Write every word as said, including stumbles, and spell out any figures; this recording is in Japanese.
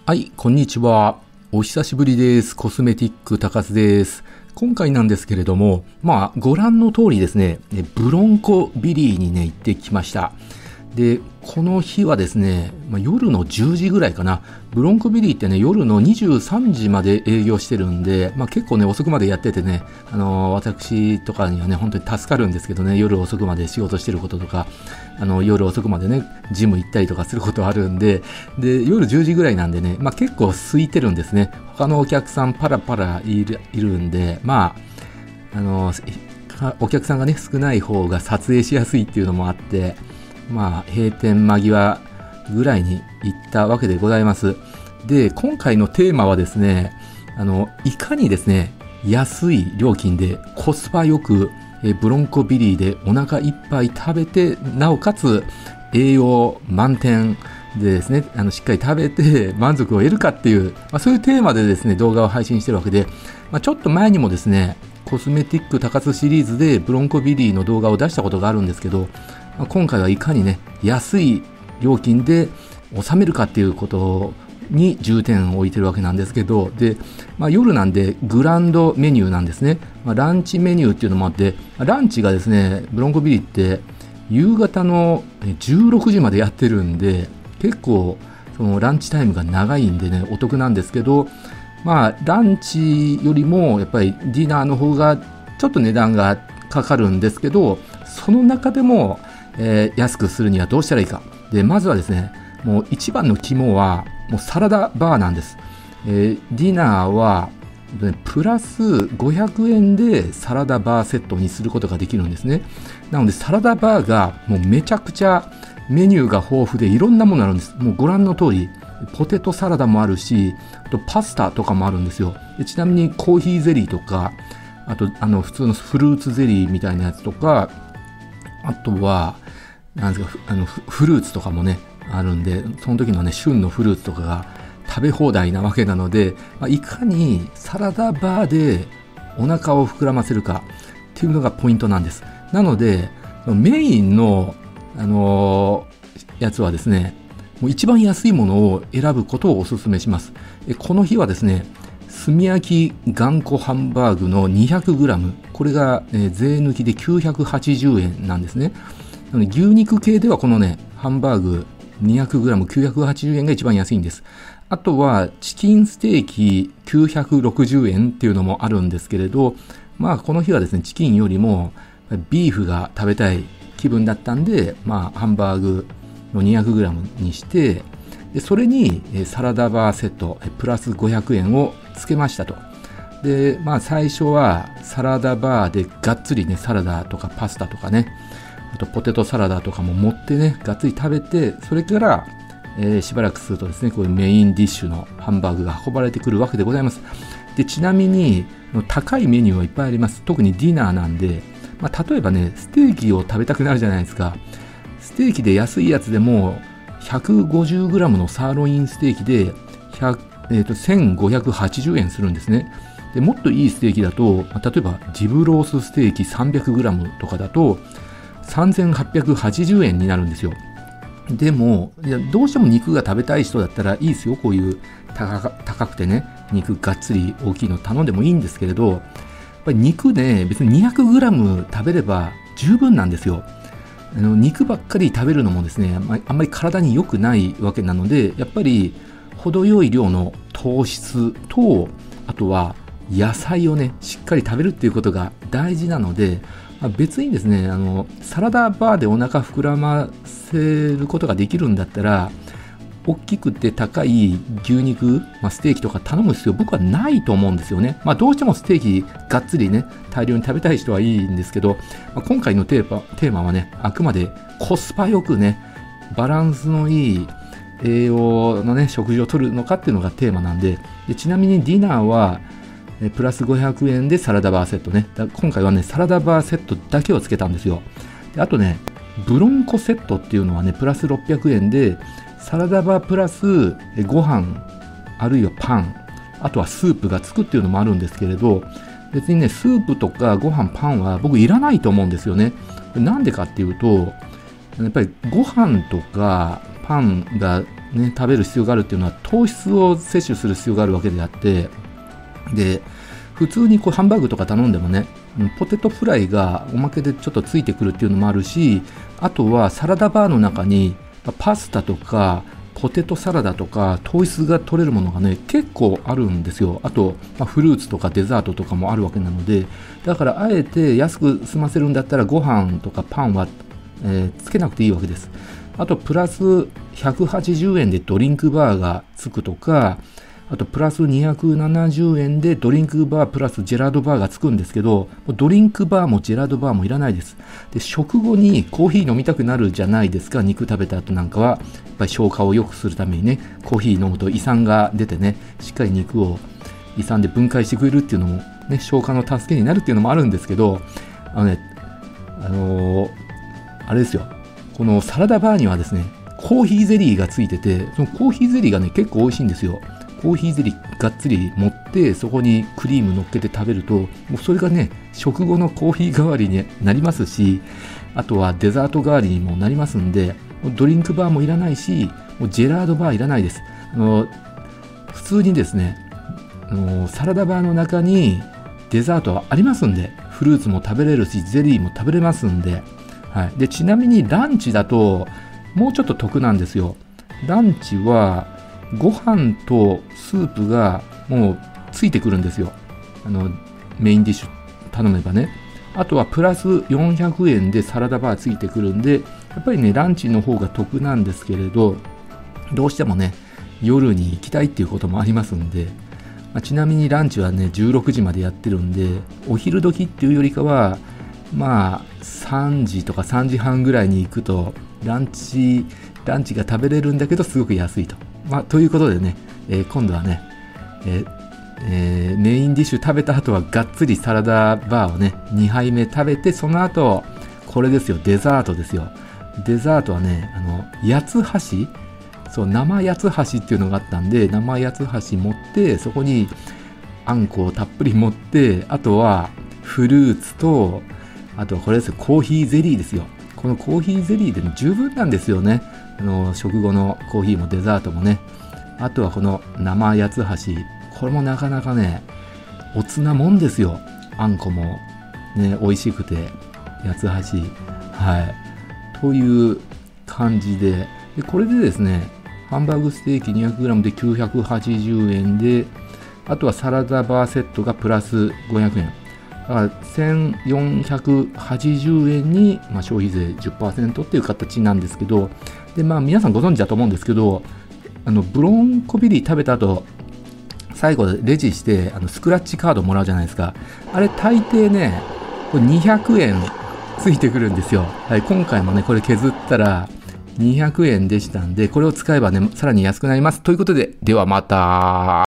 はい、こんにちは。お久しぶりです。コスメティック高須です。今回なんですけれども、まあ、ご覧の通りですね、ブロンコビリーにね、行ってきました。で、この日はですね、まあ、夜のじゅうじぐらいかな。ブロンコビリーってね、夜のにじゅうさんじまで営業してるんで、まあ、結構ね、遅くまでやっててね、あのー、私とかにはね、本当に助かるんですけどね、夜遅くまで仕事してることとか、あの、夜遅くまでね、ジム行ったりとかすることあるんで、で、夜じゅうじぐらいなんでね、まあ、結構空いてるんですね。他のお客さんパラパラいる、いるんで、まあ、あのー、お客さんがね、少ない方が撮影しやすいっていうのもあって、まあ、閉店間際ぐらいに行ったわけでございます。で、今回のテーマはですね、あの、いかにですね、安い料金でコスパよく、えブロンコビリーでお腹いっぱい食べて、なおかつ栄養満点でですね、あの、しっかり食べて満足を得るかっていう、まあ、そういうテーマでですね、動画を配信してるわけで、まあ、ちょっと前にもですね、コスメティック高須シリーズでブロンコビリーの動画を出したことがあるんですけど、今回はいかにね、安い料金で収めるかっていうことに重点を置いてるわけなんですけど、で、まあ、夜なんでグランドメニューなんですね。まあ、ランチメニューっていうのもあって、ランチがですね、ブロンコビリーって夕方のじゅうろくじまでやってるんで、結構そのランチタイムが長いんでね、お得なんですけど、まあ、ランチよりもやっぱりディナーの方がちょっと値段がかかるんですけど、その中でもえー、安くするにはどうしたらいいか。で、まずはですね、もう一番の肝は、もうサラダバーなんです。えー、ディナーは、プラスごひゃくえんでサラダバーセットにすることができるんですね。なので、サラダバーがもうめちゃくちゃメニューが豊富でいろんなものあるんです。もうご覧の通り、ポテトサラダもあるし、あとパスタとかもあるんですよ。で、ちなみにコーヒーゼリーとか、あと、あの、普通のフルーツゼリーみたいなやつとか、あとは、なんですか、あのフルーツとかもねあるんで、その時のね旬のフルーツとかが食べ放題なわけなので、まあ、いかにサラダバーでお腹を膨らませるかっていうのがポイントなんです。なのでメインの、あのー、やつはですね、もう一番安いものを選ぶことをお勧めします。えこの日はですね、炭焼き頑固ハンバーグの にひゃくグラム、 これが、えー、税抜きできゅうひゃくはちじゅうえんなんですね。なので牛肉系ではこのね、ハンバーグ にひゃくグラムきゅうひゃくはちじゅうえんが一番安いんです。あとはチキンステーキきゅうひゃくろくじゅうえんっていうのもあるんですけれど、まあこの日はですね、チキンよりもビーフが食べたい気分だったんで、まあハンバーグの にひゃくグラム にして、でそれにサラダバーセットプラスごひゃくえんをつけましたと。で、まあ最初はサラダバーでがっつりね、サラダとかパスタとかね、あとポテトサラダとかも持ってね、がっつり食べて、それから、えー、しばらくするとですね、こういうメインディッシュのハンバーグが運ばれてくるわけでございます。で、ちなみに高いメニューはいっぱいあります。特にディナーなんで、まあ、例えばね、ステーキを食べたくなるじゃないですか。ステーキで安いやつでも ひゃくごじゅうグラム のサーロインステーキでえー、とせんごひゃくはちじゅうえんするんですね。でもっといいステーキだと、まあ、例えばジブロースステーキ さんびゃくグラム とかだとさんぜんはっぴゃくはちじゅうえんになるんですよ。でもいや、どうしても肉が食べたい人だったらいいですよ。こういう高高くてね、肉がっつり大きいの頼んでもいいんですけれど、やっぱり肉ね、別に にひゃくグラム 食べれば十分なんですよ。あの肉ばっかり食べるのもですね、あんまり体に良くないわけなので、やっぱり程よい量の糖質と、あとは野菜をね、しっかり食べるっていうことが大事なので、別にですね、あのサラダバーでお腹膨らませることができるんだったら、大きくて高い牛肉、まあ、ステーキとか頼む必要僕はないと思うんですよね。まあ、どうしてもステーキがっつりね、大量に食べたい人はいいんですけど、まあ、今回のテーマ、テーマはね、あくまでコスパよくね、バランスのいい栄養のね、食事をとるのかっていうのがテーマなんで、でちなみにディナーはえプラスごひゃくえんでサラダバーセットね。だ今回はね、サラダバーセットだけをつけたんですよ。であとね、ブロンコセットっていうのはね、プラスろっぴゃくえんで、サラダバープラスご飯、あるいはパン、あとはスープがつくっていうのもあるんですけれど、別にね、スープとかご飯、パンは僕いらないと思うんですよね。なんでかっていうと、やっぱりご飯とかパンがね、食べる必要があるっていうのは糖質を摂取する必要があるわけであって、で普通にこうハンバーグとか頼んでもね、ポテトフライがおまけでちょっとついてくるっていうのもあるし、あとはサラダバーの中にパスタとかポテトサラダとか糖質が取れるものがね結構あるんですよ。あと、まあ、フルーツとかデザートとかもあるわけなので、だからあえて安く済ませるんだったらご飯とかパンは、えー、つけなくていいわけです。あとプラスひゃくはちじゅうえんでドリンクバーがつくとか、あとプラスにひゃくななじゅうえんでドリンクバープラスジェラードバーがつくんですけど、ドリンクバーもジェラードバーもいらないです。で食後にコーヒー飲みたくなるじゃないですか。肉食べた後なんかはやっぱり消化を良くするためにね、コーヒー飲むと胃酸が出てね、しっかり肉を胃酸で分解してくれるっていうのもね、消化の助けになるっていうのもあるんですけど、あのねあのー、あれですよ、このサラダバーにはですねコーヒーゼリーがついてて、そのコーヒーゼリーがね結構美味しいんですよ。コーヒーゼリーがっつり持ってそこにクリーム乗っけて食べると、もうそれがね食後のコーヒー代わりになりますし、あとはデザート代わりにもなりますんで、ドリンクバーもいらないし、もうジェラードバーいらないです。あの普通にですね、あのサラダバーの中にデザートはありますんで、フルーツも食べれるしゼリーも食べれますんで、はい、でちなみにランチだともうちょっと得なんですよ。ランチはご飯とスープがもうついてくるんですよ。あのメインディッシュ頼めばね。あとはプラスよんひゃくえんでサラダバーついてくるんで、やっぱりねランチの方が得なんですけれど、どうしてもね夜に行きたいっていうこともありますんで、まあ、ちなみにランチはねじゅうろくじまでやってるんで、お昼時っていうよりかはまあさんじとかさんじはんぐらいに行くとランチランチが食べれるんだけどすごく安いと。まあ、ということでね、えー、今度はね、えーえー、メインディッシュ食べた後はがっつりサラダバーをねにはいめ食べて、その後これですよ、デザートですよ。デザートはね、あの八つ橋、そう生八つ橋っていうのがあったんで、生八つ橋持ってそこにあんこをたっぷり持って、あとはフルーツと、あとはこれですよ、コーヒーゼリーですよ。このコーヒーゼリーでも十分なんですよね。あの食後のコーヒーもデザートもね。あとはこの生八つ橋、これもなかなかねおつなもんですよ。あんこもね美味しくて、八つ橋、はいという感じで、でこれでですねハンバーグステーキ にひゃくグラム できゅうひゃくはちじゅうえんで、あとはサラダバーセットがプラスごひゃくえんだからせんよんひゃくはちじゅうえんに、まあ、消費税 じゅっパーセント っていう形なんですけど、で、まあ、皆さんご存知だと思うんですけど、あのブロンコビリー食べた後最後レジしてあのスクラッチカードもらうじゃないですか。あれ大抵ねこれにひゃくえんついてくるんですよ。はい、今回もねこれ削ったらにひゃくえんでしたんで、これを使えばねさらに安くなりますということで、ではまた。